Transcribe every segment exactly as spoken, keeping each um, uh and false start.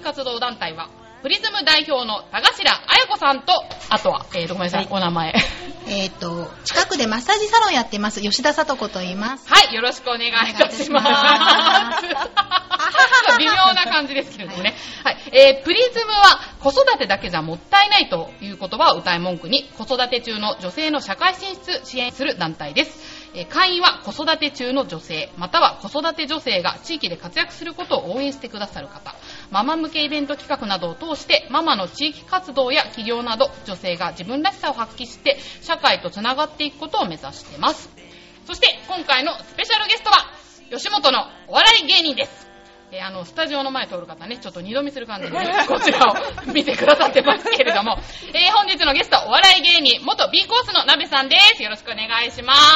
活動団体は、プリズム代表の田頭彩子さんと、あとは、えーと、ごめんなさい、はい、お名前。 えっと、近くでマッサージサロンやってます、吉田聡子と言います。 はい、よろしくお願いいたします。微妙な感じですけれどもね。はい、えー、プリズムは子育てだけじゃもったいないという言葉を歌い文句に、子育て中の女性の社会進出支援する団体です。会員は子育て中の女性、または子育て女性が地域で活躍することを応援してくださる方、ママ向けイベント企画などを通してママの地域活動や企業など女性が自分らしさを発揮して社会とつながっていくことを目指しています。そして今回のスペシャルゲストは吉本のお笑い芸人です。えー、あのスタジオの前通る方ね、ちょっと二度見する感じで、ね、こちらを見てくださってますけれども、えー、本日のゲストお笑い芸人元 B コースのなべさんです。よろしくお願いします。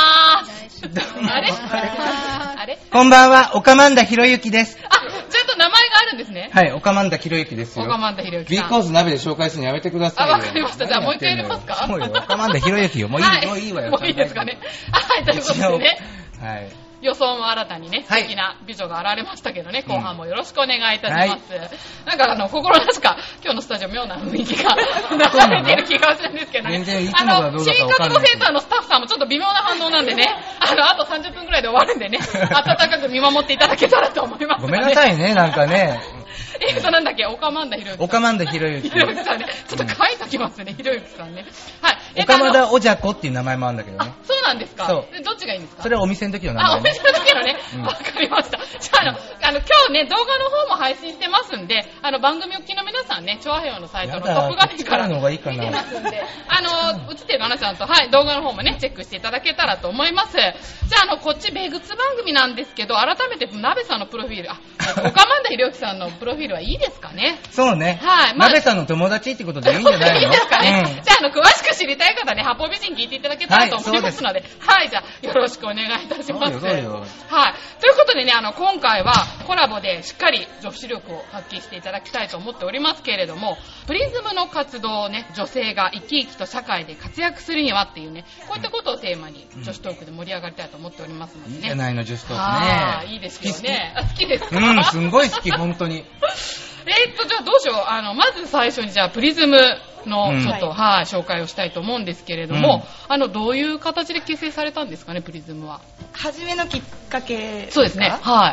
あれあれこんばんは、岡万田博之です。 あ、ちゃんと名前があるんですね。 はい、岡万田博之ですよ。 岡万田博之さん。 B コースなべで紹介するのやめてくださいよ。 あ、わかりました。じゃあもう一回やりますか。 そうよ、岡万田博之よ。もういい、はい、もういいわよ。 もういいですかね。はい、ということでね、はい、予想も新たにね、素敵な美女が現れましたけどね、後半もよろしくお願いいたします。うん、なんかあの、心なしか、今日のスタジオ妙な雰囲気が流れてる気がするんですけど、ね、全然いつもがどうだか分かんない。あの、新活動センターのスタッフさんもちょっと微妙な反応なんでね、あの、あとさんじゅっぷんくらいで終わるんでね、温かく見守っていただけたらと思います、ね。 ごめんなさいね、なんかね。 えっと、なんだっけ、岡万田博之。 岡万田博之。 博之さんね。ちょっと書いときますね、博之さんね。はい。 岡万田おじゃこっていう名前もあるんだけどね。 あ、そうなんですか。そう。どっちがいいんですか。 それはお店の時の名前、ね。 あ、お店の時のね。わ、うん、かりました。じゃあ、あの、あの、今日ね、動画の方も配信してますんで、あの、番組お聞きの皆さんね、チョアヘヨのサイトのトップ画面から見てますんで、あの、映ってるかなちゃんと、はい、動画の方もね、チェックしていただけたらと思います。じゃあ、あの、こっち、ベグツ番組なんですけど、改めて、なべさんのプロフィール、あ、岡万田博之さんのプロフィールはいいですかね。 そうね。はい。まあ、なべさんの友達ってことでいいんじゃないの？いいですかね。 うん、じゃあ、あの、詳しく知りたい方ね、八方美人聞いていただけたらと思いますので、はい、はい、じゃあ、よろしくお願いいたします。 そうよ、そうよ。 はい。ということでね、あの、今回はコラボでしっかり女子力を発揮していただきたいと思っておりますけれども、プリズムの活動をね、女性が生き生きと社会で活躍するにはっていうね、こういったことをテーマに女子トークで盛り上がりたいと思っておりますのでね。 いいじゃないの、女子トークね。 ああ、いいですよね。好きですか？ うん、すんごい好き、本当に。 えっと、じゃあどうしよう。あの、まず最初にじゃあプリズムのちょっと、うん、はい、紹介をしたいと思うんですけれども、うん、あの、どういう形で結成されたんですかね、プリズムは。 初めのきっかけですか？ そうですね。はい。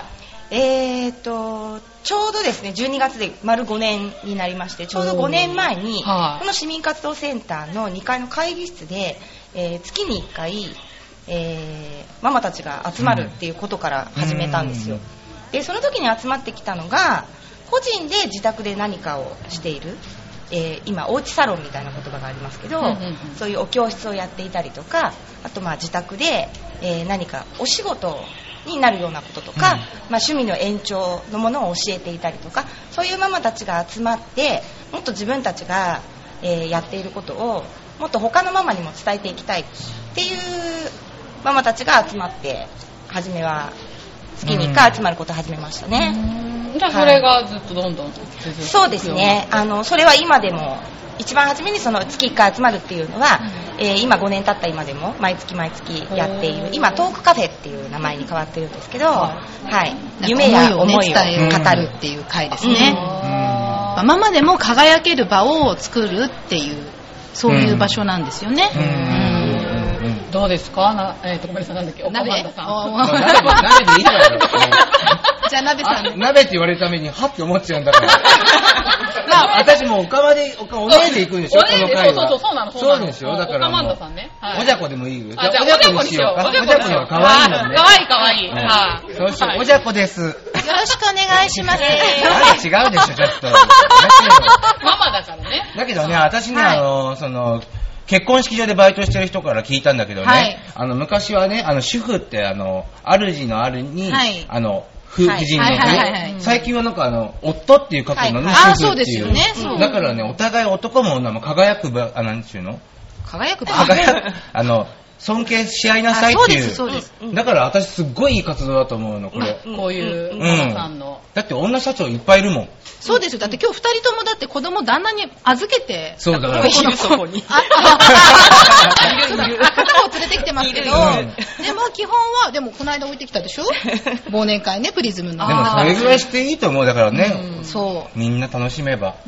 えーと、ちょうどですね、じゅうにがつで丸ごねんになりまして、ちょうどごねんまえに、はい、この市民活動センターのにかいの会議室で、えー、月にいっかい、えー、ママたちが集まるっていうことから始めたんですよ。うん、で、その時に集まってきたのが、個人で自宅で何かをしている、えー、今おうちサロンみたいな言葉がありますけど、うんうんうん、そういうお教室をやっていたりとか、あとまあ自宅で、えー、何かお仕事になるようなこととか、うん、まあ、趣味の延長のものを教えていたりとか、そういうママたちが集まってもっと自分たちが、えー、やっていることをもっと他のママにも伝えていきたいっていうママたちが集まって、初めは月にいっかい集まることを始めましたね。 うん、じゃあそれがずっとどんどん続く、はい、 そうですね。あのそれは今でも一番初めにその月いっかい集まるっていうのは、うん、えー、今ごねん経った今でも毎月毎月やっている、今トークカフェっていう名前に変わってるんですけど、はい、夢や思いを語るっていう回ですね。うん、まあ、ママでも輝ける場を作るっていう、そういう場所なんですよね。うんうん、どうですか？な、えー、とごめんなさい、なんだっけ、岡万田さん。 鍋でいいわよ。 じゃあ鍋さん。 鍋って言われるためにはって思っちゃうんだから。まあ、私もおかまで、おかお姉で行くんでしょ、この回は。 そうそうそう、そうなの、 そうでしょ、だからもう。 岡万田さんね。 はい、おじゃこでもいいよ。 じゃあ、おじゃこにしよう。おじゃこには可愛いもんね。 可愛い可愛い。はい。 そうしよう、おじゃこです。よろしくお願いします。 違うでしょ、ちょっと。 ママだからね。 だけどね、私ね、あの、その、結婚式場でバイトしてる人から聞いたんだけどね、はい、あの昔はね、あの主婦ってあの主のあるに、はい、あの夫人のね、最近はなんかあの夫っていう書くのね、 はい、 主婦っていう。 あ、そうですよね。 だからね、お互い男も女も輝くば、あ、なんていうの？ 輝くば。 輝く、あの尊敬し合いなさいっていう。 そうです、そうです。 だから私すっごいいい活動だと思うの、これ。 うん、こういうママさんの、 うん。だって女社長いっぱいいるもん。 そうですよ。だって今日二人ともだって子供旦那に預けて。 そうだから。 いるそこに。あ、いるいる。片方連れてきてますけど、でも基本は、でもこの間置いてきたでしょ忘年会ね、プリズムの。 でもそれぐらいしていいと思う。だからね、 そう。 みんな楽しめば。 うん、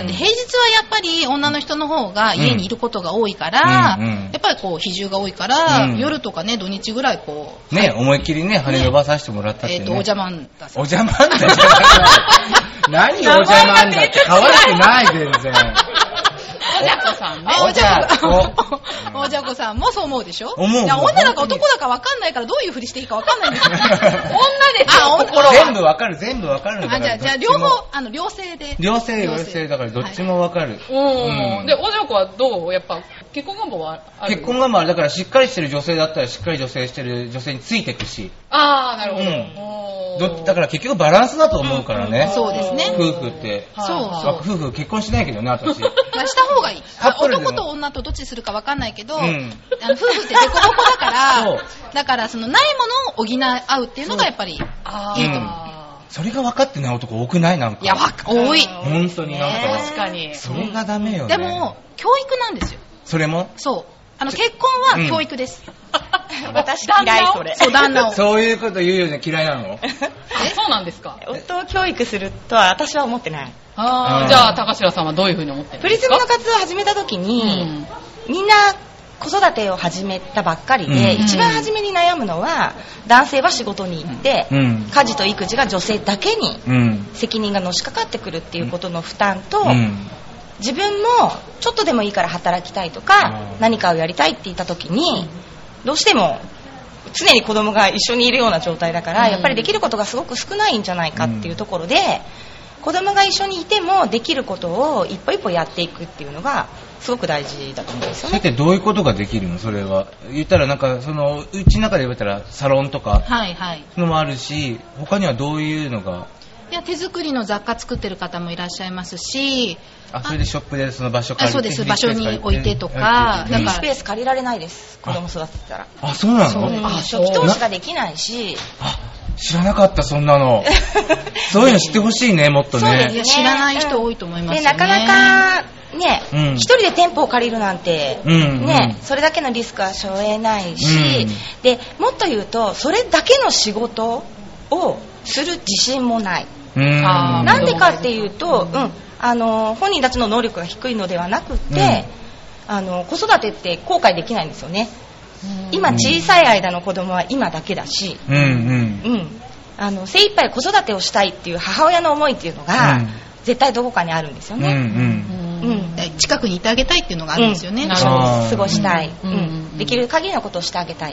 平日はやっぱり女の人の方が家にいることが多いから、うんうん、やっぱりこう比重が多いから、うん、夜とかね、土日ぐらいこう。 ね、思いっきりね、羽伸ばさせてもらったってね。 えっと、お邪魔んだ。 お邪魔んだじゃない。何お邪魔んだって可愛くない、全然。 おじゃこさんね。 おじゃこ。おじゃこさんもそう思うでしょ？ 思う。いや、 女だか男だか分かんないからどういうふりしていいか分かんないんですよ。女ですよ。あ、 心全部分かる、全部分かるんだから。 あ、じゃあ、じゃあ両方、あの、両性で。 両性、両性だからどっちも分かる。 うん。で、おじゃこはどう？やっぱ、結婚願望はある？ 結婚願望はだからしっかりしてる女性だったらしっかり女性してる女性についていくし。 あー、なるほど。だから結局バランスだと思うからね。 そうですね。 夫婦って。 そうそう。 夫婦結婚しないけどね、私。 した方がいい。男と女とどっちするか分かんないけど、うん、あの夫婦ってデコボコだからだからそのないものを補い合うっていうのがやっぱりいいと思う、うん、 それが分かってない男多くない？なんかいや多い本当になんか、 確かにそれがダメよね。 でも教育なんですよ。 それもそうあの結婚は教育です、 うん、私嫌いそれ。 そう旦那をそういうこと言うよね。嫌いなの？ えそうなんですか？ 夫を教育するとは私は思ってない。 あ、じゃあ高城さんはどういうふうに思ってるんですか？ プリズムの活動を始めた時に、うん、みんな子育てを始めたばっかりで、うん、一番初めに悩むのは男性は仕事に行って、うん、家事と育児が女性だけに責任がのしかかってくるっていうことの負担と、うん、自分もちょっとでもいいから働きたいとか、うん、何かをやりたいって言った時にどうしても常に子供が一緒にいるような状態だから、うん、やっぱりできることがすごく少ないんじゃないかっていうところで、子供が一緒にいてもできることを一歩一歩やっていくっていうのがすごく大事だと思うんですよね。 それってどういうことができるの？それは言ったらなんかそのうちの中で言ったらサロンとかのもあるし、他にはどういうのが？ いや手作りの雑貨作ってる方もいらっしゃいますし、 あそれでショップでその場所借りて、 そうです場所に置いてとか、 フリースペース借りられないです。子供育ててたら。 あそうなの？ あ初期投資ができないし。 あ知らなかったそんなの。そういうの知ってほしいねもっとね。 そうですね。知らない人多いと思いますよね。 でなかなかね、うん、一人で店舗を借りるなんて、うんね、うん、それだけのリスクは背負えないし、うん、でもっと言うとそれだけの仕事をする自信もない。うん、なんでかっていうと、うん、あの本人たちの能力が低いのではなくて、うん、あの子育てって後悔できないんですよね。今小さい間の子供は今だけだし、うんうんうん、あの精一杯子育てをしたいっていう母親の思いっていうのが、うん、絶対どこかにあるんですよね、うんうんうん、近くにいてあげたいっていうのがあるんですよね、うん、 一緒に過ごしたい、うんうん、できる限りのことをしてあげたい、うん、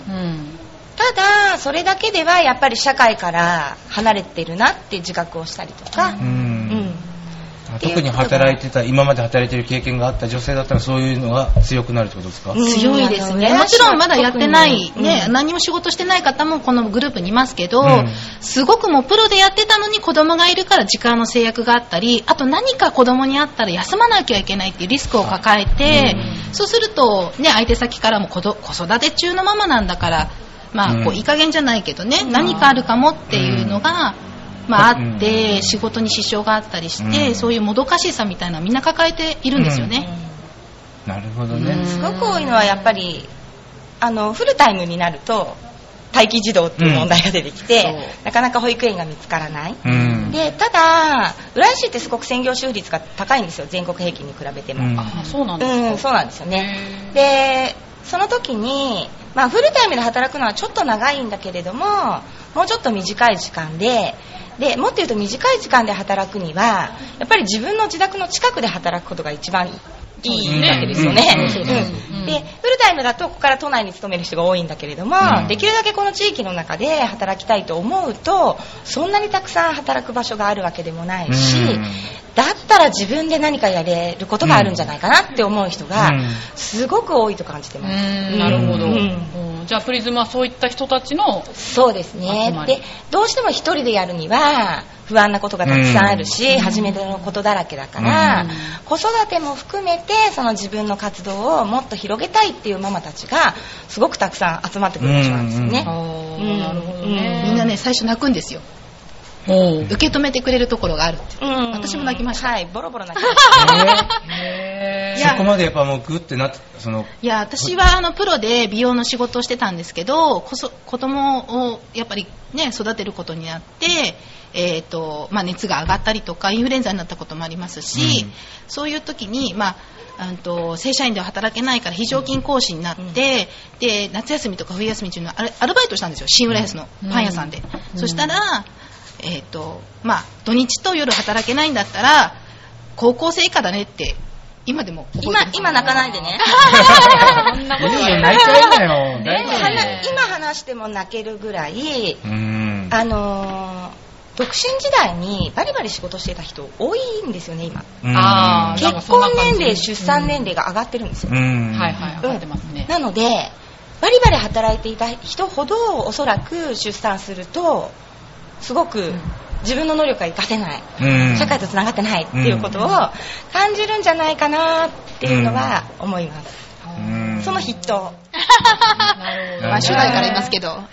ただそれだけではやっぱり社会から離れてるなって自覚をしたりとか、うんうん特に働いてた今まで働いてる経験があった女性だったらそういうのが強くなるってことですか？ 強いですね。もちろんまだやってないね、うん、何も仕事してない方もこのグループにいますけど、うん、すごくもうプロでやってたのに子供がいるから時間の制約があったり、あと何か子供にあったら休まなきゃいけないっていうリスクを抱えて、うん、そうするとね相手先からも子育て中のママなんだからまあこういい加減じゃないけどね、うん、何かあるかもっていうのが、うんまあ、あって仕事に支障があったりして、うん、そういうもどかしさみたいなのみんな抱えているんですよね、 うん、なるほどね。 すごく多いのはやっぱりあのフルタイムになると待機児童っていう問題が出てきて、うん、なかなか保育園が見つからない、うん、でただ浦安市ってすごく専業主婦率が高いんですよ全国平均に比べても、うん、 あそうなんですか、 うん、そうなんですよね。でその時に、まあ、フルタイムで働くのはちょっと長いんだけれどももうちょっと短い時間ででもっと言うと短い時間で働くにはやっぱり自分の自宅の近くで働くことが一番いいわけですよね。でフルタイムだとここから都内に勤める人が多いんだけれども、うん、できるだけこの地域の中で働きたいと思うとそんなにたくさん働く場所があるわけでもないし、うん、だったら自分で何かやれることがあるんじゃないかなって思う人がすごく多いと感じてます。 うんなるほど、うん、じゃあプリズムはそういった人たちのそうですね。でどうしても一人でやるには不安なことがたくさんあるし、うん、初めてのことだらけだから、うん、子育ても含めてその自分の活動をもっと広げたいっていうママたちがすごくたくさん集まってくる場所なんですよね。 なるほどね。みんなね最初泣くんですよ。受け止めてくれるところがあるって、うん、私も泣きました。 はいボロボロ泣きました。 へそこまでやっぱもうグッてなって、そのいや私はあのプロで美容の仕事をしてたんですけど、こそ子供をやっぱりね育てることになって、えーとまあ、熱が上がったりとかインフルエンザになったこともありますし、うん、そういう時に、まあうんと正社員では働けないから非常勤講師になって、うん、で夏休みとか冬休み中のアル、アルバイトしたんですよ、新浦安のパン屋さんで、うん、そしたら、えーとまあ、土日と夜働けないんだったら高校生以下だねって今でも今今泣かないでねそんなことない泣いちゃうんだよ、 ね、今話しても泣けるぐらい、うん、あのー独身時代にバリバリ仕事してた人多いんですよね今。あ結婚年齢出産年齢が上がってるんですよ。 うんはいはい上がってますね。 なのでバリバリ働いていた人ほどおそらく出産するとすごく自分の能力が活かせない、うん、社会とつながってないっていうことを感じるんじゃないかなっていうのは思います。うん、その筆頭。 なるほど。まあ初代からいますけど。はい。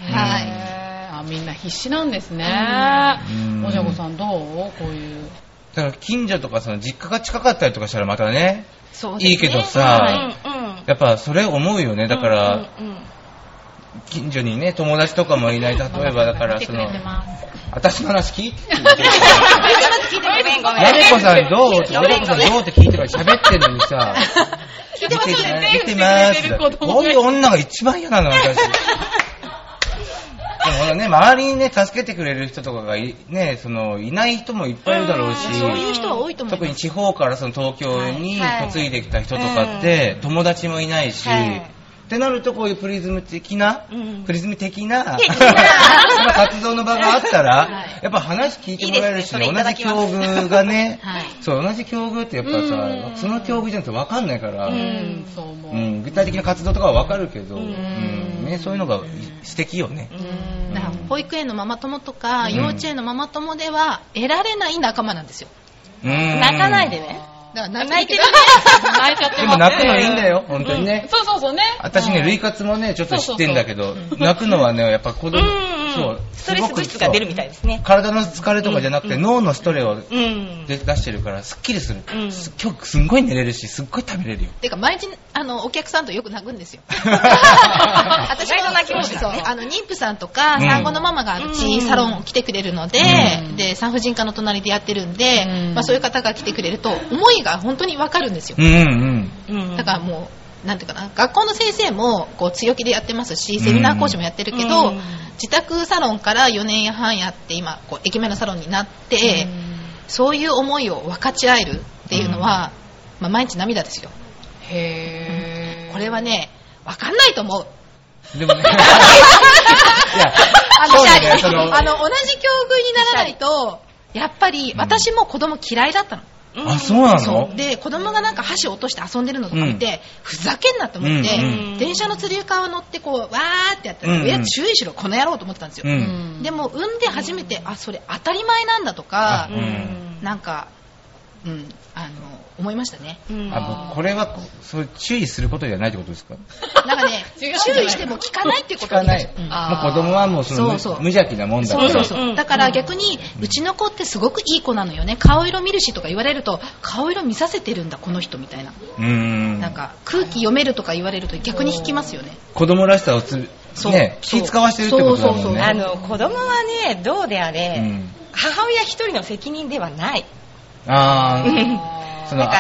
みんな必死なんですね。おじゃこさんどうこういうだから近所とかその実家が近かったりとかしたらまたね、そうですねいいけどさ、うんうん、やっぱそれ思うよね。だから、うんうんうん、近所にね友達とかもいない、例えばだからその私の話聞いてやめこさんどうってやめこさんどうって聞いてから喋ってるのにさ聞いてます見てますこういう女が一番嫌なの私でもね、周りにね助けてくれる人とかが い,、ね、そのいない人もいっぱいいるだろうし、 そういう人は多いと思います。 特に地方からその東京に嫁いできた人とかって、はいはい、友達もいないし、はい、ってなるとこういうプリズム的な、うん、プリズム的なその活動の場があったら、はい、やっぱ話聞いてもらえるし、ね、同じ境遇がね、はい、そう同じ境遇ってやっぱさその境遇じゃなくて分かんないから、うんそう思ううん、具体的な活動とかは分かるけど、うんうんね、そういうのが素敵よね。 だから保育園のママ友とか幼稚園のママ友では得られない仲間なんですよ。 うん泣かないでね。 だから泣いてるね。 泣いちゃってでも泣くのいいんだよ本当にね、 うん、そうそうそうね。 私ね類活もねちょっと知ってんだけど、そうそうそう泣くのはねやっぱ子供そうストレス物質が出るみたいですね。 体の疲れとかじゃなくて、うん、脳のストレスを出してるからすっきりする、うん、す今日すんごい寝れるしすっごい食べれるよ。 てか毎日あのお客さんとよく泣くんですよ。 私も泣きましたね。 あの妊婦さんとか産後のママがうちサロン来てくれるので、うん、で産婦人科の隣でやってるんで、うんまあ、そういう方が来てくれると思いが本当に分かるんですよ、うんうん、だからもうなんていうかな学校の先生もこう強気でやってますしセミナー講師もやってるけど、うん、自宅サロンからよねんはんやって今こう駅前のサロンになって、うん、そういう思いを分かち合えるっていうのは、うんまあ、毎日涙ですよ。へー、うん、これはね分かんないと思う。でもねいやあの、ね、そのあの同じ境遇にならないとやっぱり私も子供嫌いだったの。 うん、あ、そうなの？ そうで子供がなんか箸落として遊んでるのとか見て、うん、ふざけんなと思って、うんうん、電車のつり革乗ってこうわーってやったら、うんうん、いや注意しろこの野郎と思ってたんですよ、うん、でも産んで初めてあそれ当たり前なんだとか、うん、なんか、うん、あの思いましたね、うん、 あこれはそう注意することではないってことですか？ なんかね注意しても聞かないってこと聞かない、うん、もう子供はもうそのそうそう無邪気なもんだから。 そうそうそうだから逆に、うん、うちの子ってすごくいい子なのよね。顔色見るしとか言われると顔色見させてるんだこの人みたいな。うーんなんか空気読めるとか言われると逆に引きますよね。 子供らしさをつね気使わしてるってことだもんね。そうそうそうあの子供はねどうであれ、うん、母親一人の責任ではない。ああだから、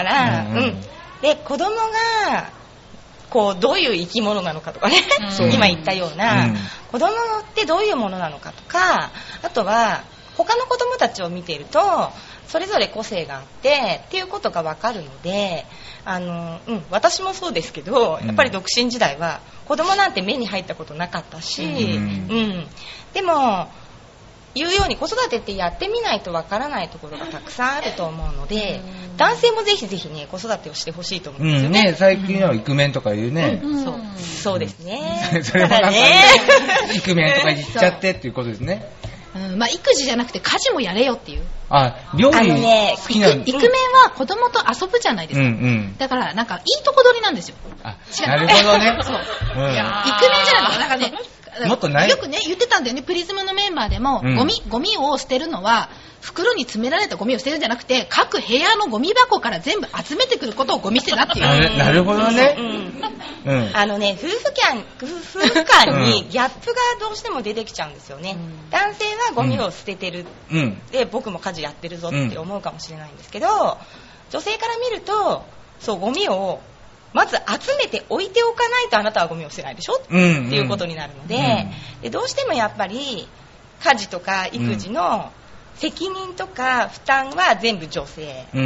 うんうん、で子供がこうどういう生き物なのかとかね、うん、今言ったような、うん、子供ってどういうものなのかとかあとは他の子供たちを見ているとそれぞれ個性があってっていうことが分かるのであの、うん、私もそうですけどやっぱり独身時代は子供なんて目に入ったことなかったし、うんうん、でも言うように子育てってやってみないとわからないところがたくさんあると思うので男性もぜひぜひね子育てをしてほしいと思うんですよね、うん、ね最近はイクメンとか言うね、 うん、そう、そうですねそれもなんかねイクメンとか言っちゃってっていうことですね。 うんまあ、育児じゃなくて家事もやれよっていう。 あ料理好きなの、 ね、イクメンは子供と遊ぶじゃないですか、うんうん、だからなんかいいとこ取りなんですよ。 あなるほどねそう、うん、イクメンじゃないのなんかねもっとない。 よくね、言ってたんだよね、プリズムのメンバーでも、うん、ゴミ、ゴミを捨てるのは、袋に詰められたゴミを捨てるんじゃなくて、各部屋のゴミ箱から全部集めてくることをゴミ捨てだっていう。 なるほどね。 うんうん、あのね、夫婦間、夫婦間にギャップがどうしても出てきちゃうんですよね。うん、男性はゴミを捨ててる、うん、で、僕も家事やってるぞって思うかもしれないんですけど、女性から見ると、そう、ゴミを、まず集めて置いておかないとあなたはゴミを捨てないでしょ、うんうん、っていうことになるの で,、うん、でどうしてもやっぱり家事とか育児の責任とか負担は全部女性、うんうん、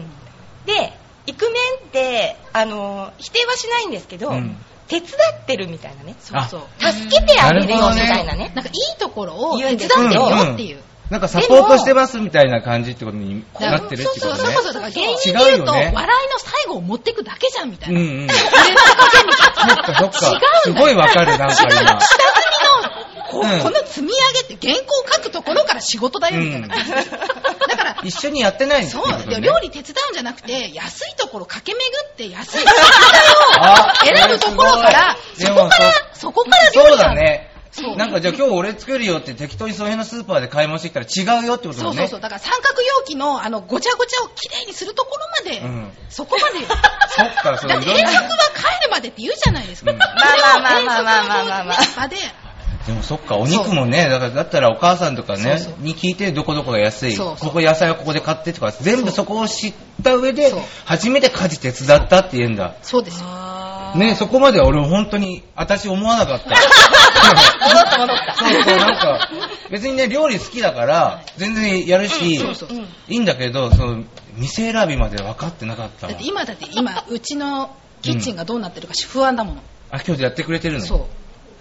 でイクメンってあの否定はしないんですけど、うん、手伝ってるみたいなね、そうそう助けてあげるよみたいなね、 なんかいいところを手伝ってるよっていう、うんうん、 なんかサポートしてますみたいな感じってことになってるってことね。 そうそうそう。だから芸人で言うと、笑いの最後を持っていくだけじゃんみたいな。うんうん。そっかそっか。違う。すごいわかる、なんか今。 下積みの、こ, うん、この積み上げって原稿を書くところから仕事だよみたいな感じ、うん。だから、 一緒にやってないんですよ、ね。 そう。料理手伝うんじゃなくて、安いところ駆け巡って安い食材を選ぶところから、そこから、そこから料理そうだね。なんかじゃあ今日俺作るよって適当にその辺のスーパーで買い物してきたら違うよってことだね。 そうそうそう。だから三角容器のあのごちゃごちゃをきれいにするところまで、うん、そこまで。 そっか、それ。遠足は帰るまでって言うじゃないですか。うん、 まあまあまあまあまあまあまあまあ。 ででもそっか、お肉もね、だからだったらお母さんとかね、そうそうに聞いてどこどこが安い、そうそうここ野菜はここで買ってとか、全部そこを知った上で、初めて家事手伝ったって言うんだ。 そうですよ。 ね、そこまでは俺本当に、私思わなかった。 戻った戻った。 そうそう、なんか、別にね、料理好きだから、全然やるし、うん、そうそういいんだけど、その、店選びまで分かってなかったわ。 だって今だって今、うちのキッチンがどうなってるか不安だもの。 あ、今日やってくれてるの？ そう。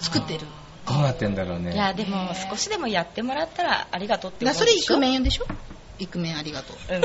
作ってる。 どうなってんだろうね。 いや、でも、少しでもやってもらったらありがとうって思うでしょ。 それイクメン言うんでしょ？イクメンありがとう。うん。うん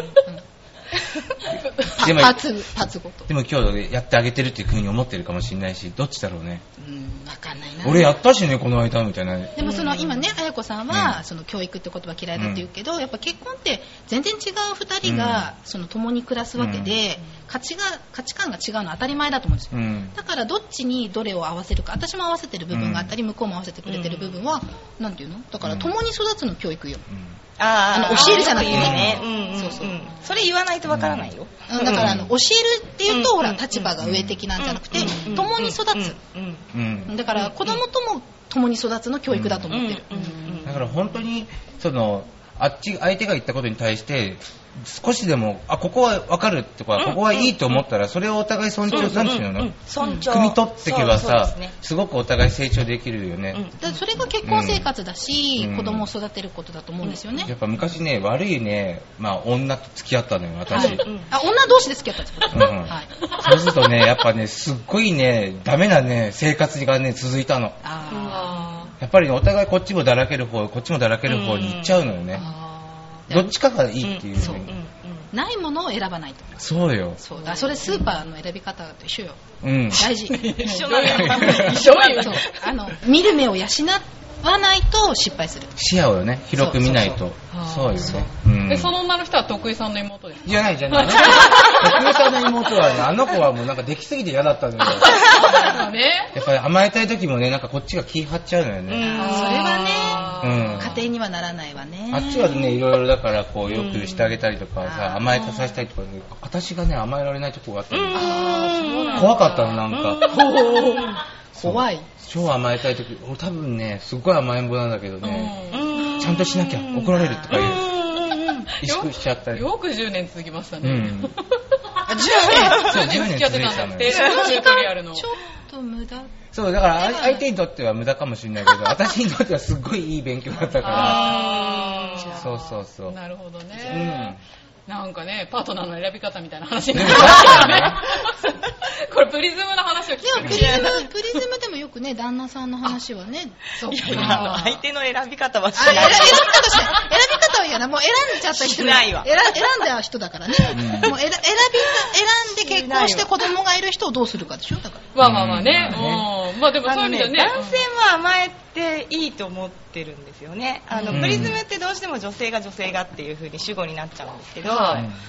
でもパツパツごと。 でも今日やってあげてるっていう風に思ってるかもしれないし、どっちだろうね。 うん、わかんないな。 俺やったしねこの間みたいな。 でもその今ね、あやこさんは、うん、その教育って言葉嫌いだって言うけど、うん、やっぱ結婚って全然違うふたりが、うん、その共に暮らすわけで、うん、価値が価値観が違うのは当たり前だと思うんですよ。うん、だからどっちにどれを合わせるか、私も合わせてる部分があったり、うん、向こうも合わせてくれてる部分は、うん、なんていうの？だから共に育つの教育よ。うんああの教えるじゃなくてね、うんうん、そうそう、 それ言わないとわからないよ、 うん、だからあの教えるっていうと、うん、ほら立場が上的なんじゃなくて、うん、共に育つ、うん、だから子供とも共に育つの教育だと思ってる、うんうん、だから本当にそのあっち相手が言ったことに対して少しでもあここは分かるとか、うん、ここはいいと思ったら、うん、それをお互い尊重なんていうの、うん、尊重汲み取っていけばさ、ね、すごくお互い成長できるよね、うん、 だそれが結婚生活だし、うん、子供を育てることだと思うんですよね、 やっぱ昔ね悪いね、まあ、女と付き合ったのよ私、はい、 あ女同士で付き合ったんですか、うんはい、 そうするとねやっぱねすっごいねダメなね生活がね続いたの。あやっぱり、ね、お互いこっちもだらける方こっちもだらける方に行っちゃうのよね、どっちかがいいっていう風に、うんないものを選ばないと。 そうよ。 そうだ。それスーパーの選び方と一緒よ。うん。大事。 一緒なのよ。 一緒なのよ。そう。あの見る目を養わないと失敗する。 視野をね広く見ないと。そうよね。 うん、でその女の人は徳井さんの妹ですか？ じゃないじゃない。徳井さんの妹はねあの子はもうなんかできすぎて嫌だったんだよ。ね。やっぱり甘えたい時もねなんかこっちが気張っちゃうのよね。 うん。それはね、うん、家庭にはならないわね。 あっちはねいろいろだからこうよくしてあげたりとかさ、うん、甘えさせたりとか、ね、私がね甘えられないとこがあったの。あ怖かったのなんか。 怖い。 超甘えたい時俺多分ねすっごい甘えん坊なんだけどね、うん、ちゃんとしなきゃ怒られるとかいう萎縮しちゃったり。 よくじゅうねん続きましたね、うん、じゅうねんそうじゅうねん続いたのよ。 ちょっと無駄。 そうだから相手にとっては無駄かもしれないけど私にとってはすっごいいい勉強だったから。そうそうそう。 なるほどね、うん、なんかねパートナーの選び方みたいな話になってますね。これプリズムの話を聞いてる。 プリズム、プリズムでもよくね旦那さんの話はね。 そう。いやいや相手の選び方はしない。選び方しない。選び方は嫌な。もう選んじゃった人ないわ。 選んだ人だからね。うん、もう選び選んで結婚して子供がいる人をどうするかでしょだから。 まあまあまあね。うん。まあでもそういう意味ではね。 男性も甘えていいと思ってるんですよね。あの、うん、プリズムってどうしても女性が女性がっていう風に主語になっちゃうんですけど。はい、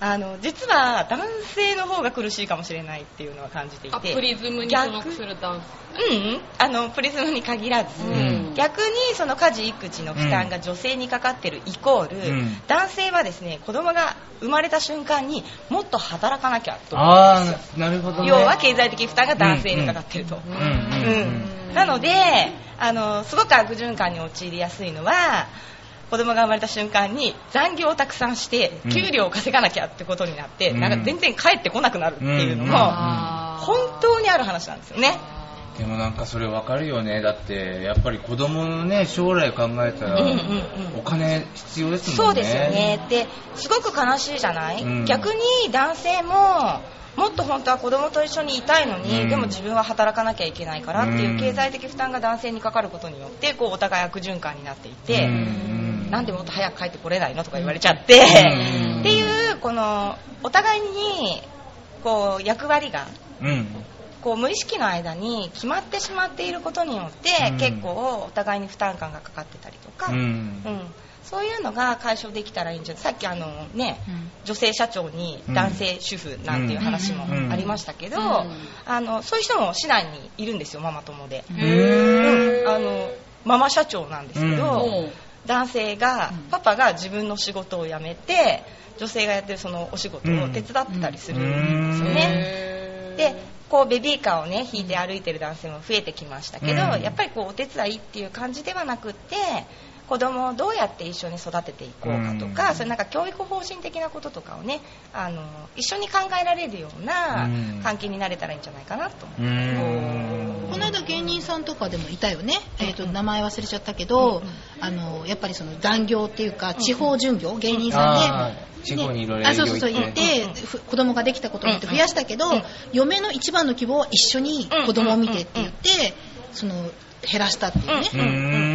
あの実は男性の方が苦しいかもしれないっていうのは感じていて、 プリズムに所属する男性、うん、あのプリズムに限らず、うん、逆にその家事育児の負担が女性にかかってるイコール、うん、男性はですね子供が生まれた瞬間にもっと働かなきゃと思うんですよ。 あー、なるほどね。 要は経済的負担が男性にかかってると、うんうんうん、なのであのすごく悪循環に陥りやすいのは子供が生まれた瞬間に残業をたくさんして給料を稼がなきゃってことになって、うん、なんか全然帰ってこなくなるっていうのも本当にある話なんですよね。 でもなんかそれ分かるよね。だってやっぱり子供のね将来考えたらお金必要ですもんね。 そうですよね。ですごく悲しいじゃない、うん、逆に男性ももっと本当は子供と一緒にいたいのに、うん、でも自分は働かなきゃいけないからっていう経済的負担が男性にかかることによってこうお互い悪循環になっていて、うんなんでもっと早く帰ってこれないのとか言われちゃって、うん、っていうこのお互いにこう役割が、うん、こう無意識の間に決まってしまっていることによって、うん、結構お互いに負担感がかかってたりとか、うんうん、そういうのが解消できたらいいんじゃない。さっきあの、ねうん、女性社長に男性主婦なんていう話もありましたけど、うんうん、あのそういう人も市内にいるんですよ、ママ友で。うん、あのママ社長なんですけど、うん男性が、うん、パパが自分の仕事を辞めて女性がやってるそのお仕事を手伝ってたりするんですよね、うん、でこうベビーカーをね引いて歩いてる男性も増えてきましたけど、うん、やっぱりこうお手伝いっていう感じではなくって子供をどうやって一緒に育てていこうかとか、うん、そういうなんか教育方針的なこととかをねあの一緒に考えられるような関係になれたらいいんじゃないかなと思います、うんこの間芸人さんとかでもいたよね、えー、と名前忘れちゃったけど、うん、あのやっぱりその残業っていうか地方巡業、芸人さんで、 地方にいろいろあそうそうそう行って、うん、子供ができたことによって増やしたけど、うん、嫁の一番の希望は一緒に子供を見てって言って、その減らしたっていうね、うん、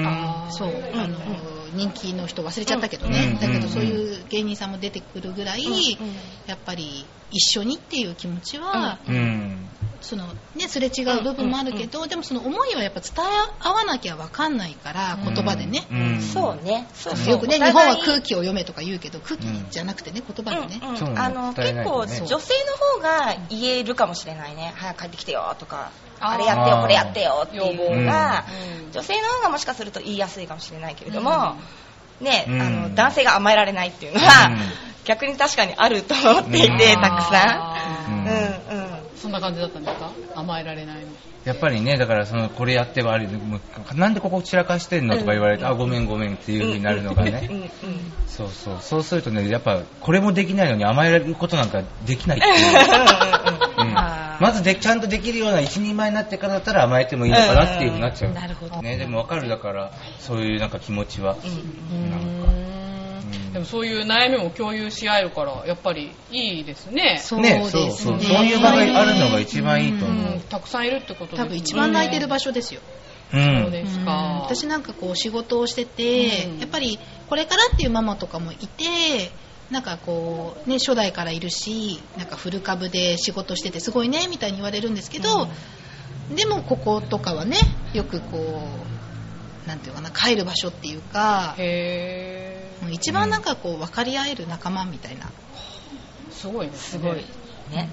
あそうあの、人気の人忘れちゃったけどね、だけどそういう芸人さんも出てくるぐらい、やっぱり一緒にっていう気持ちは、そのね、すれ違う部分もあるけど、でもその思いはやっぱ伝え合わなきゃ分かんないから言葉でね、 そうね、そうそうよくね日本は空気を読めとか言うけど空気じゃなくてね言葉でね、 うんうん、あの結構女性の方が言えるかもしれないね、早く帰ってきてよとかあれやってよこれやってよっていうのが、うん、女性の方がもしかすると言いやすいかもしれないけれども、うんねうん、あの男性が甘えられないっていうのは、うん、逆に確かにあると思っていて、うん、たくさん、うんうんうん、 そんな感じだったんですか、甘えられないの。 やっぱりね、だからそのこれやってはあるなんでここ散らかしてんのとか言われて、うん、あごめんごめんっていう風になるのがね、うんうん、そうそうそうするとねやっぱこれもできないのに甘えられることなんかできないっていう、うん、まずでちゃんとできるような一人前になってからだったら甘えてもいいのかなっていう風になっちゃう、うん、なるほどね。でも分かる、だからそういうなんか気持ちは、うん、なんかでもそういう悩みも共有し合えるからやっぱりいいですね。 そうですね。 そうそう、そういう場があるのが一番いいと思う。 うん、たくさんいるってことですね。 多分一番泣いてる場所ですよ。 うん、そうですか。 うん、私なんかこう仕事をしてて、うん、やっぱりこれからっていうママとかもいて、なんかこうね初代からいるし、なんかフル株で仕事しててすごいねみたいに言われるんですけど、うん、でもこことかはねよくこうなんていうかな帰る場所っていうか。へー。一番なんかこう分かり合える仲間みたいな、 うん、すごいですね。 すごいね。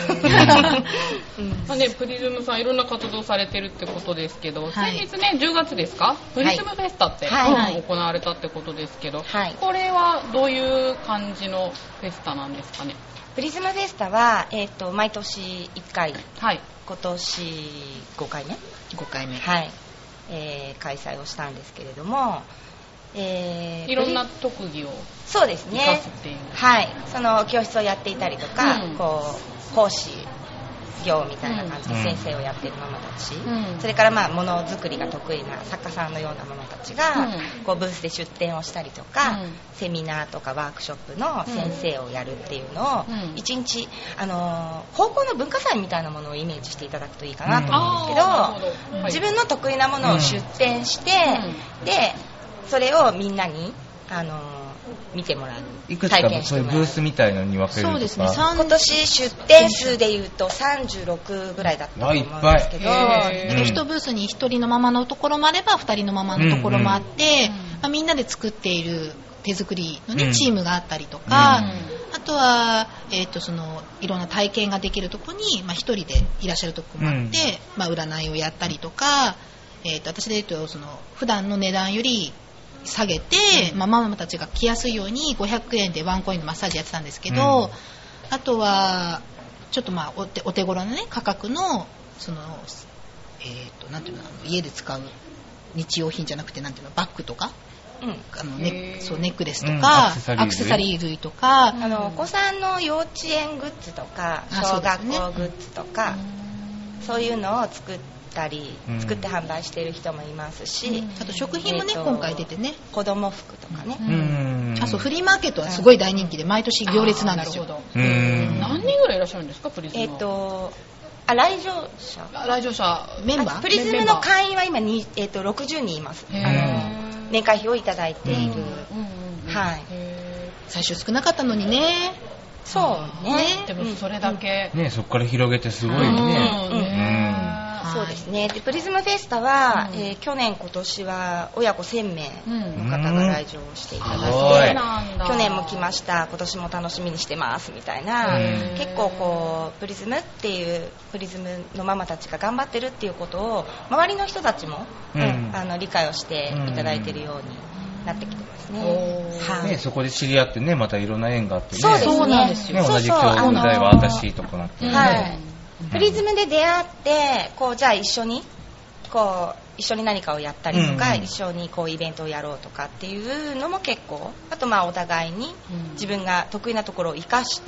まあね、プリズムさんいろんな活動されてるってことですけど、はい、先日ねじゅうがつですか、プリズムフェスタって、はい、行われたってことですけど、はい、これはどういう感じのフェスタなんですかね。 プリズムフェスタは、えー、と毎年いっかい、はい、今年ごかいめごかいめ、 はいえー、開催をしたんですけれども、 えー、いろんな特技をそうですね、 生かすっていう、 はい、その教室をやっていたりとか、うん、こう講師業みたいな感じで先生をやっているママたち、うん、それからまあものづくりが得意な作家さんのようなママたちが、うん、こうブースで出展をしたりとか、うん、セミナーとかワークショップの先生をやるっていうのを、うん、一日、あのー、高校の文化祭みたいなものをイメージしていただくといいかなと思うんですけど、うん、自分の得意なものを出展して、うん、でそれをみんなに、あのー、見てもらう、 いくつかそういうブースみたいなのに分けるとか。そうですね、 今年出展数でいうとさんじゅうろくぐらいだったと思うんですけど、 いちブースにひとりのママのところもあればふたりのママのところもあって、うんうんまあ、みんなで作っている手作りの、ねうん、チームがあったりとか、うん、 あとは、えー、とそのいろんな体験ができるところに、まあ、一人でいらっしゃるところもあって、うんまあ、占いをやったりとか、えー、と私で言うとその普段の値段より下げて、うんまあ、ママたちが来やすいようにごひゃくえんでワンコインのマッサージやってたんですけど、うん、あとはちょっとまあ お, 手お手頃な、ね、価格のその、えー、となんていうの家で使う日用品じゃなくてなんていうのバッグとか、うん、あのネそうネックレスとか、うん、アクセサリー類、アクセサリー類とか、 あのお子さんの幼稚園グッズとか小学校グッズとか そう,、そういうのを作ったり、うん、作って販売している人もいますし、うん、 あと食品もね、えー、今回出てね子供服とかね、うんうん、あそうフリーマーケットはすごい大人気で毎年行列なんですよ。 うん、何人ぐらいいらっしゃるんですかプリズムは。 えーとあ来場者来場者メンバープリズムの会員は今に、えー、とろくじゅうにんいます。あの年会費をいただいている、うんうん、はい、 最初少なかったのにね。 そうね、 でもそれだけ、 うん、ねそこから広げてすごいね、うんうんうんそうですね。でプリズムフェスタは、うんえー、去年今年は親子せんめいの方が来場していただいて、うん、去年も来ました今年も楽しみにしてますみたいな、結構こうプリズムっていうプリズムのママたちが頑張ってるっていうことを周りの人たちも、うん、あの理解をしていただいてるようになってきてますね。 はい、ねそこで知り合ってねまたいろんな縁があってね。 そうですね。そうなんですよ。 ね同じ兄弟は私とかなって、ねはいプリズムで出会ってこうじゃあ一緒にこう一緒に何かをやったりとか、うんうん、一緒にこうイベントをやろうとかっていうのも結構あとまあお互いに自分が得意なところを生かして、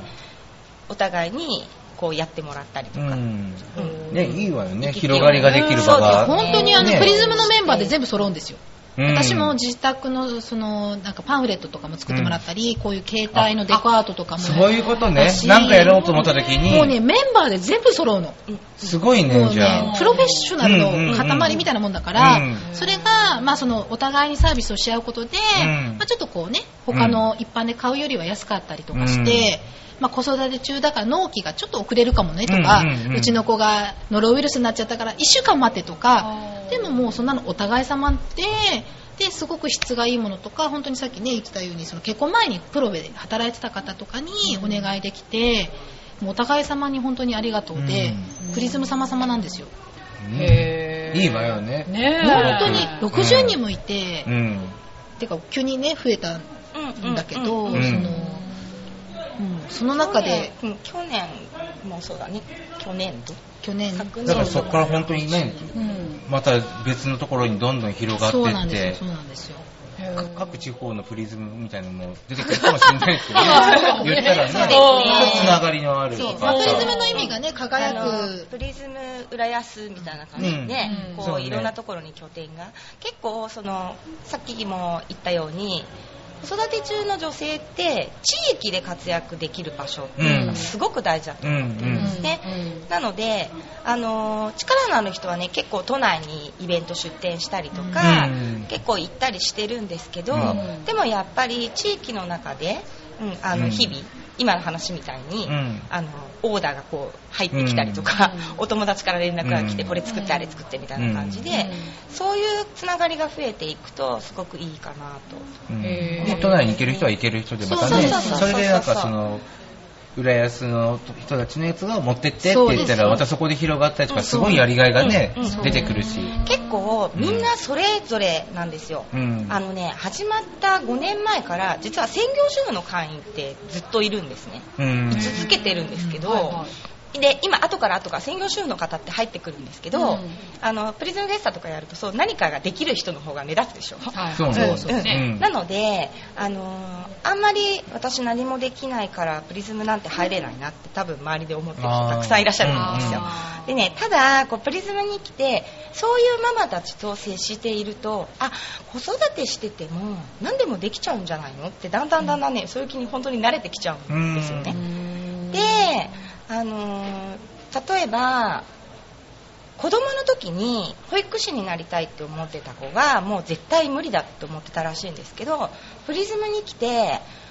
うん、お互いにこうやってもらったりとか、うんうん、ねいいわよね広がりができる場が、 うん、本当にあの、ね、プリズムのメンバーで全部揃うんですよ。うん、私も自宅 の, そのなんかパンフレットとかも作ってもらったり、うん、こういう携帯のデコアートとかもそういうことねなんかやろうと思った時にもうねメンバーで全部揃うのすごい ね, ねじゃあプロフェッショナルの塊みたいなもんだから、うんうんうん、それが、まあ、そのお互いにサービスをし合うことで、うんまあ、ちょっとこうね他の一般で買うよりは安かったりとかして、うんまあ、子育て中だから納期がちょっと遅れるかもねとか、うんうんうん、うちの子がノロウイルスになっちゃったからいっしゅうかん待ってとかでももうそんなのお互い様でですごく質がいいものとか本当にさっきね言ってたようにその結婚前にプロで働いてた方とかにお願いできて、うん、もうお互い様に本当にありがとうで、うん、プリズム様様なんですよ、 うん、へいいわよねね本当にろくじゅうにんもいて、うん、てか急にね増えたんだけど、うんうん、そのうん、その中で去年、うん、去年もそうだね去年度去年だからそこから本当にね、うん、また別のところにどんどん広がっていってそうなんですよ、 そうなんですよ各地方のプリズムみたいなのも出てくるかもしれないですけど、ね、言ったらねつながりのあるそうプリズムの意味がね輝くプリズム浦安みたいな感じで、うん、こう、ね、いろんなところに拠点が結構そのさっきも言ったように子育て中の女性って地域で活躍できる場所っていうのがすごく大事だと思ってるんですね、うんうんうん、なので、あのー、力のある人はね結構都内にイベント出店したりとか、うん、結構行ったりしてるんですけど、うん、でもやっぱり地域の中で、うん、あの日々、うん、今の話みたいに、うん、あのオーダーがこう入ってきたりとか、うん、お友達から連絡が来て、うん、これ作ってあれ作ってみたいな感じで、うん、そういうつながりが増えていくとすごくいいかなと、 うんね、都内に行ける人は行ける人でまたねそれでなんかその浦安の人たちのやつが持ってってって言ったらまたそこで広がったりとかすごいやりがいがね、うんうん、出てくるし結構みんなそれぞれなんですよ、うん、あのね始まったごねんまえから実は専業主婦の会員ってずっといるんですね、うん、居続けてるんですけど、うんはいはいで今後から後から専業主婦の方って入ってくるんですけど、うん、あのプリズムフェスタとかやるとそう何かができる人の方が目立つでしょ、はい、そうそうそう、うん、なのであのあんまり私何もできないからプリズムなんて入れないなって多分周りで思ってる人たくさんいらっしゃるんですよ、うん、でねただこうプリズムに来てそういうママたちと接しているとあ子育てしてても何でもできちゃうんじゃないのってだんだんだんだんね、うん、そういう気に本当に慣れてきちゃうんですよね、うん、であのー、例えば子供の時に保育士になりたいって思ってた子がもう絶対無理だって思ってたらしいんですけどプリズムに来て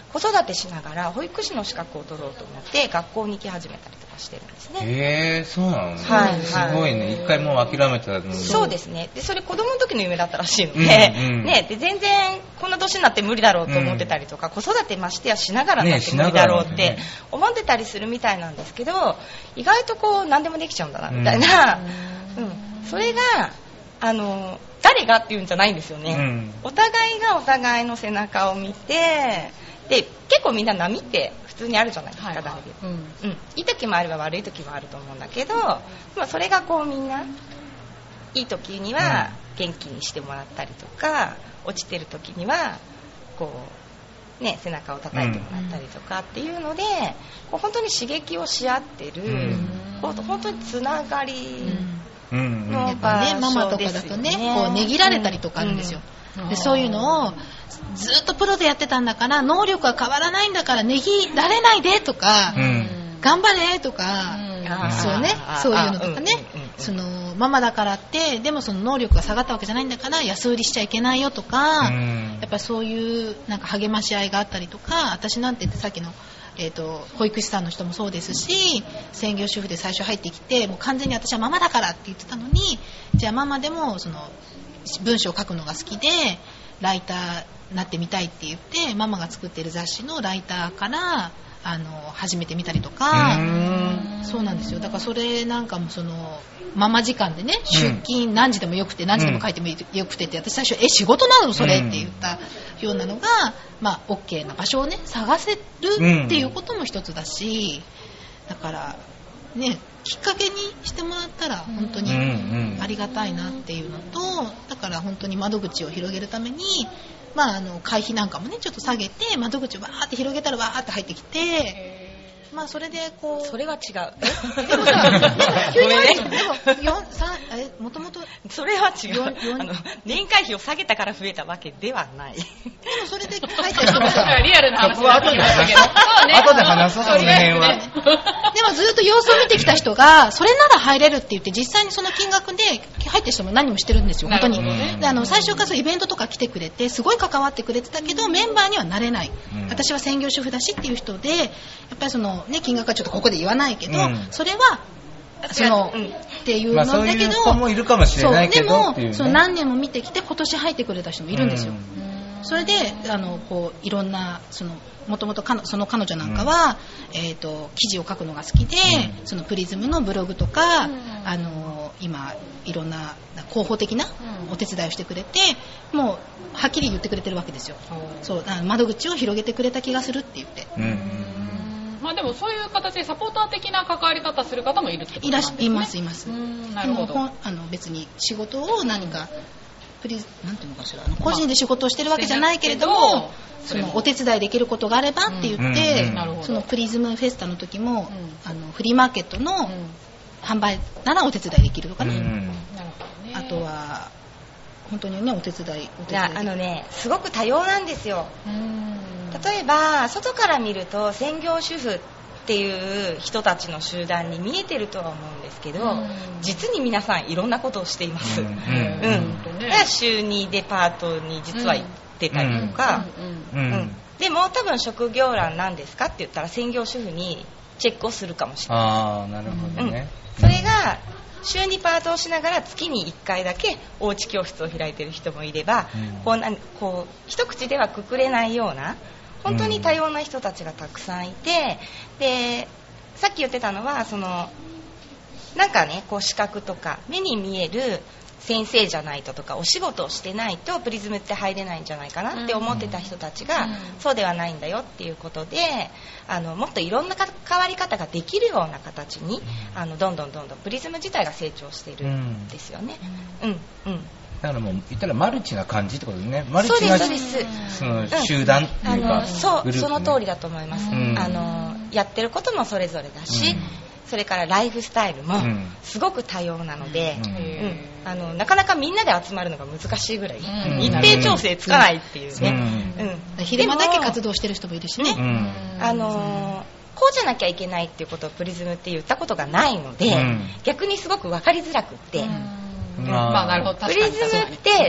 子育てしながら保育士の資格を取ろうと思って学校に行き始めたりとかしてるんですね。 へえ、そうなのね。 はい、 すごいね。一回もう諦めたの。 そうですね。でそれ子供の時の夢だったらしいので、うんうん、ね、で全然こんな年になって無理だろうと思ってたりとか、うん、子育てましてやしながらだって無理だろうって思ってたりするみたいなんですけど、意外とこう何でもできちゃうんだなみたいな、うんうん、それがあの誰がっていうんじゃないんですよね、うん、お互いがお互いの背中を見て、で結構みんな波って普通にあるじゃないですか、はいはい、うんうん、いい時もあれば悪い時もあると思うんだけど、まあ、それがこうみんないい時には元気にしてもらったりとか、落ちてる時にはこう、ね、背中を叩いてもらったりとかっていうので、こう本当に刺激をし合ってる、うん、こう本当につながりの場所ですよね。 ママとかだとね、こうねぎられたりとかあるんですよ、うんうん、でそういうのをずっとプロでやってたんだから能力は変わらないんだからねぎられないでとか、うん、頑張れとか、うん、そうね、そういうのとかね、そのママだからってでもその能力が下がったわけじゃないんだから安売りしちゃいけないよとか、うん、やっぱりそういうなんか励まし合いがあったりとか、私なんてさっきのえー、と保育士さんの人もそうですし、専業主婦で最初入ってきてもう完全に私はママだからって言ってたのに、じゃあママでもその文章を書くのが好きでライターになってみたいって言ってママが作ってる雑誌のライターからあの始めてみたりとか、そうなんですよ。だからそれなんかもそのママ時間でね、出勤何時でもよくて何時でも書いてもよくてって、私最初え仕事なのそれって言ったようなのが、まあ OK な場所をね探せるっていうことも一つだし、だからねきっかけにしてもらったら本当にありがたいなっていうのと、だから本当に窓口を広げるために、まあ、あの会費なんかもねちょっと下げて窓口をわーって広げたらわーって入ってきて、まあそれでこうそれは違う。 でもさ急に入ってでもよん、さんえもともとそれは違う。あの年会費を下げたから増えたわけではない。でもそれで入った人がリアルな話そこは後で後で話そう、その辺は。 でもずっと様子を見てきた人がそれなら入れるって言って実際にその金額で入った人も何もしてるんですよ本当に。であの最初からそうイベントとか来てくれてすごい関わってくれてたけどメンバーにはなれない、うん、私は専業主婦だしっていう人でやっぱりそのね金額はちょっとここで言わないけど、うん、それはその、うん、っていうのだけど、まあ、そういう子もいるかもしれないけどそうっていう、ね、 でもそう何年も見てきて今年入ってくれた人もいるんですよ、うん、それであのこういろんなそのもともとその彼女なんかは、うんえー、と記事を書くのが好きで、うん、そのプリズムのブログとか、うん、あの今いろんな広報的なお手伝いをしてくれて、もうはっきり言ってくれてるわけですよ、うん、そう窓口を広げてくれた気がするって言って、うんまあ、でもそういう形でサポーター的な関わり方する方もいるってことなんですね。 いますいます。 うんなるほど。 あの別に仕事を何かプリなんていうのかしら、個人で仕事をしてるわけじゃないけれども、まあ、そのお手伝いできることがあればって言って、うんうん、そのプリズムフェスタの時も、うん、あのフリーマーケットの販売ならお手伝いできるとかね、うん、あとは本当にねお手伝いお手伝いあのねすごく多様なんですよ。うん例えば外から見ると専業主婦っていう人たちの集団に見えてるとは思うんですけど、うん、実に皆さんいろんなことをしています、うんうんうん、週にデパートに実は行ってたりとか、うんうんうん、でも多分職業欄なんですかって言ったら専業主婦にチェックをするかもしれない。 あーなるほどね、 うん、それが週にパートをしながら月にいっかいだけおうち教室を開いてる人もいれば、うん、こうなこう一口ではくくれないような本当に多様な人たちがたくさんいて、でさっき言ってたのはそのなんかねこう資格とか目に見える先生じゃないととかお仕事をしてないとプリズムって入れないんじゃないかなって思ってた人たちが、うん、そうではないんだよっていうことであのもっといろんな関わり方ができるような形にあのどんどんどんどんプリズム自体が成長しているんですよね。うんうん、 だからもう言ったらマルチな感じってことですね。マルチなその集団っていうか、 うん、そう、その通りだと思います、うん、あのやってることもそれぞれだし、うん、それからライフスタイルもすごく多様なので、うんうん、あのなかなかみんなで集まるのが難しいぐらい、うん、日程調整つかないっていうね、 うんうん、昼間だけ活動してる人もいるしね、 うん、あのこうじゃなきゃいけないっていうことをプリズムって言ったことがないので、うん、逆にすごく分かりづらくって、 うんまあ、なるほどプリズムって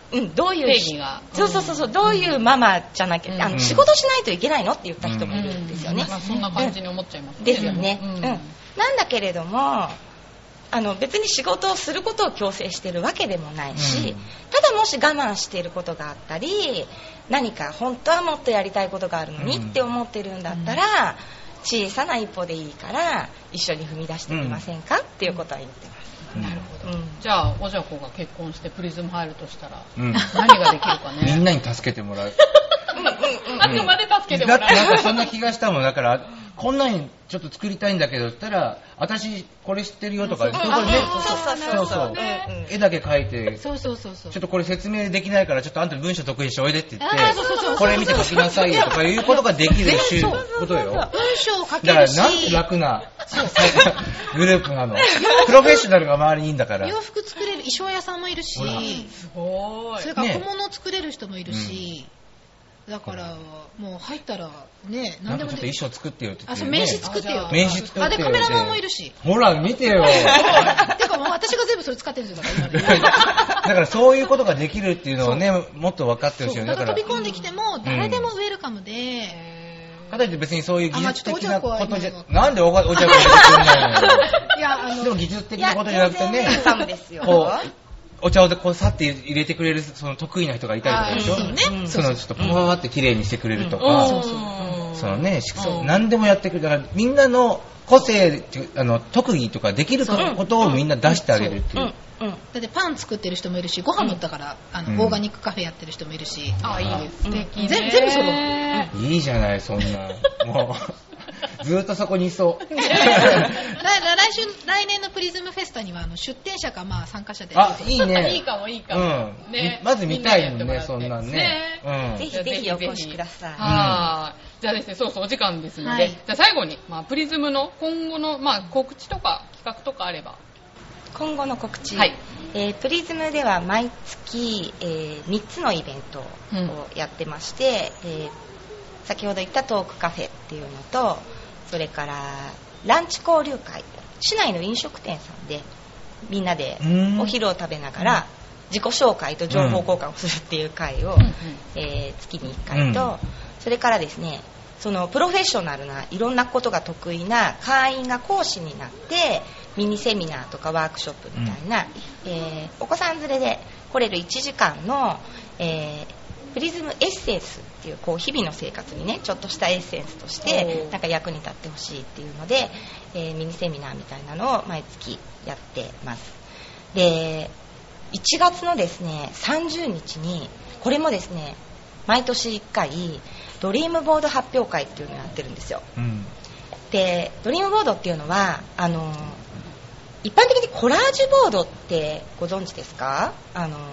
うん、どういう定義が、うん、そうそうそうそう、どういうママじゃなきゃ、うん、あの仕事しないといけないのって言った人もいるんですよね、 うんうん、まあ、そんな感じに思っちゃいますね、 ですよね、うんうん、なんだけれどもあの別に仕事をすることを強制しているわけでもないし、うん、ただもし我慢していることがあったり何か本当はもっとやりたいことがあるのにって思ってるんだったら、うん、小さな一歩でいいから一緒に踏み出してみませんか、うん、っていうことは言ってます。 なるほど、うん、じゃあおじゃこが結婚してプリズム入るとしたら、うん、何ができるかね。 みんなに助けてもらうあくまで助けてもらう、 だってなんかそんな気がしたもん。だからこんなにちょっと作りたいんだけどって言ったら私これ知ってるよとか、 そうそうそう、 絵だけ描いて、 そうそうそうそう、 ちょっとこれ説明できないからちょっとあんた文章得意にしておいでって言って、これ見て書きなさいよとかいうことができることよ。 文章を書けるし、 だからなんて楽なグループなの。プロフェッショナルが周りにいるんだから。 洋服作れる衣装屋さんもいるし、 すごい。 それから小物を作れる人もいるし、ね、だからもう入ったらね、 何でもできる。なんかちょっと衣装作ってよって言って、 ね、あ、そう名刺作ってよ。 名刺作ってよ。 あ、でカメラマンもいるし。 ほら見てよ。 てかもう私が全部それ使ってるんですよ、だから今だからそういうことができるっていうのをね、もっと分かってほしいよね。 だから飛び込んできても誰でもウェルカムで。 かといって別にそういう技術的なことじゃ、 まあ、 なんでお茶子が出てくるんだよ。 いや、あのでも技術的なことじゃなくてね、 こうお茶をこうさって入れてくれるその得意な人がいたりとかでしょ。ね、そのちょっとパワーって綺麗にしてくれるとか、うん、そうそうそのね、そう何でもやってくれる。だからみんなの個性、あの特技とかできることをみんな出してあげるっていう。 うん、だってパン作ってる人もいるし、ご飯もだから、うん、あのオーガニックカフェやってる人もいるし、 うん、あ、いいです、素敵ね、 全部その、 うん、いいじゃないそんなもうずーっとそこにいそう来週来年のプリズムフェスタにはあの出展者かまあ参加者で、 あ、いいね、 いいかもいいかも、 うんね、まず見たいもんね、そんなんね、 ね、うん、ぜひぜひお越しください。 はい、じゃあですね、そうそうお時間ですので、はい、じゃあ最後に、まあ、プリズムの今後の、まあ、告知とか企画とかあれば。 今後の告知、 はい、 えー、プリズムでは毎月、えー、みっつのイベントをやってまして、うん、えー、先ほど言ったトークカフェっていうのと、それからランチ交流会、市内の飲食店さんでみんなでお昼を食べながら自己紹介と情報交換をするっていう会を、うん、えー、月にいっかいと、うん、それからですね、そのプロフェッショナルないろんなことが得意な会員が講師になってミニセミナーとかワークショップみたいな、うん、えー、お子さん連れで来れるいちじかんの、えー、プリズムエッセンスっていう、こう日々の生活にねちょっとしたエッセンスとしてなんか役に立ってほしいっていうので、えー、ミニセミナーみたいなのを毎月やってます。でいちがつのですねさんじゅうにちにこれもですね毎年いっかいドリームボード発表会っていうのをやってるんですよ、うん、でドリームボードっていうのはあの一般的にコラージュボードってご存知ですか？あの、うん、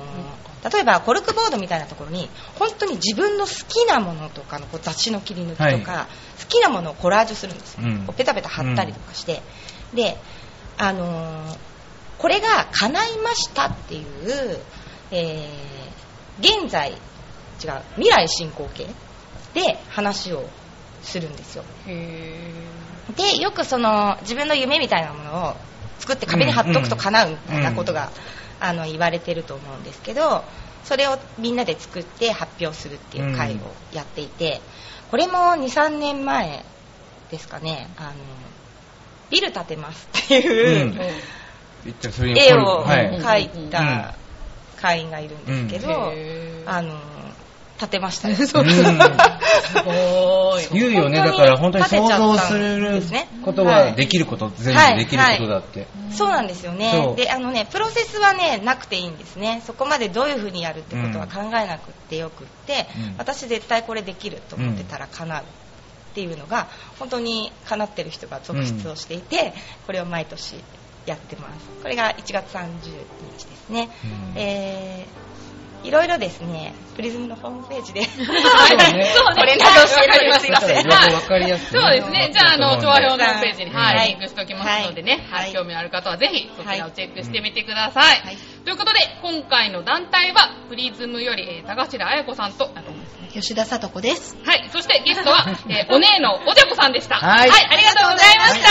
例えばコルクボードみたいなところに本当に自分の好きなものとかのこう雑誌の切り抜きとか、はい、好きなものをコラージュするんですよ、うん、こうペタペタ貼ったりとかして、うん、であのこれが叶いましたっていう、えー、現在違う未来進行形で話をするんですよ。へー。でよくその自分の夢みたいなものを作って壁に貼っとくと叶うみたいなことが、うんうん、あの言われてると思うんですけど、それをみんなで作って発表するっていう会をやっていて、これも にさんねんまえですかね、あのビル建てますっていう、うん、絵を描いた会員がいるんですけど、うん、あの建てましたね。そう、うん、すごい。言うよね。だから本当に想像することはできること、はい、全部できることだって、 はいはい。そうなんですよね。で、あのね、プロセスはねなくていいんですね。そこまでどういう風にやるってことは考えなくってよくって、うん、私絶対これできると思ってたら叶うっていうのが本当に叶ってる人が続出をしていて、うん、これを毎年やってます。これがいちがつさんじゅうにちですね。うん、えーいろいろですね、プリズムのホームページでこれなどしてるんですいません。 わかりやすい。 そうですね。じゃああの調和表のホームページに、はい、リンクしておきますのでね、はい、興味ある方はぜひそちらをチェックしてみてください。はい、ということで今回の団体はプリズムより、えー、田頭彩子さんと吉田聡子です。 はい。そしてゲストは、えー、お姉のおじゃこさんでした。 はい。 はい、ありがとうございました。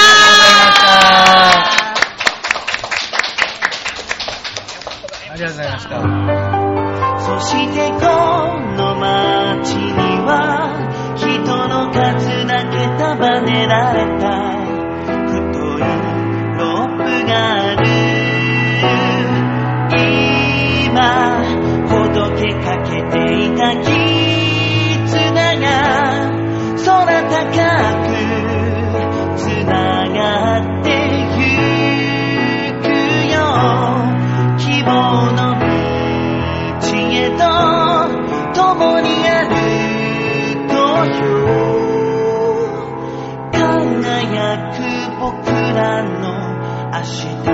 ありがとうございました。ありがとうございました。そしてこの街には人の数だけ束ねられた太いロープがある。今ほどけかけていた絆が空高くつながってゆくよ。希望の道へと共に歩こうよ。輝く僕らの明日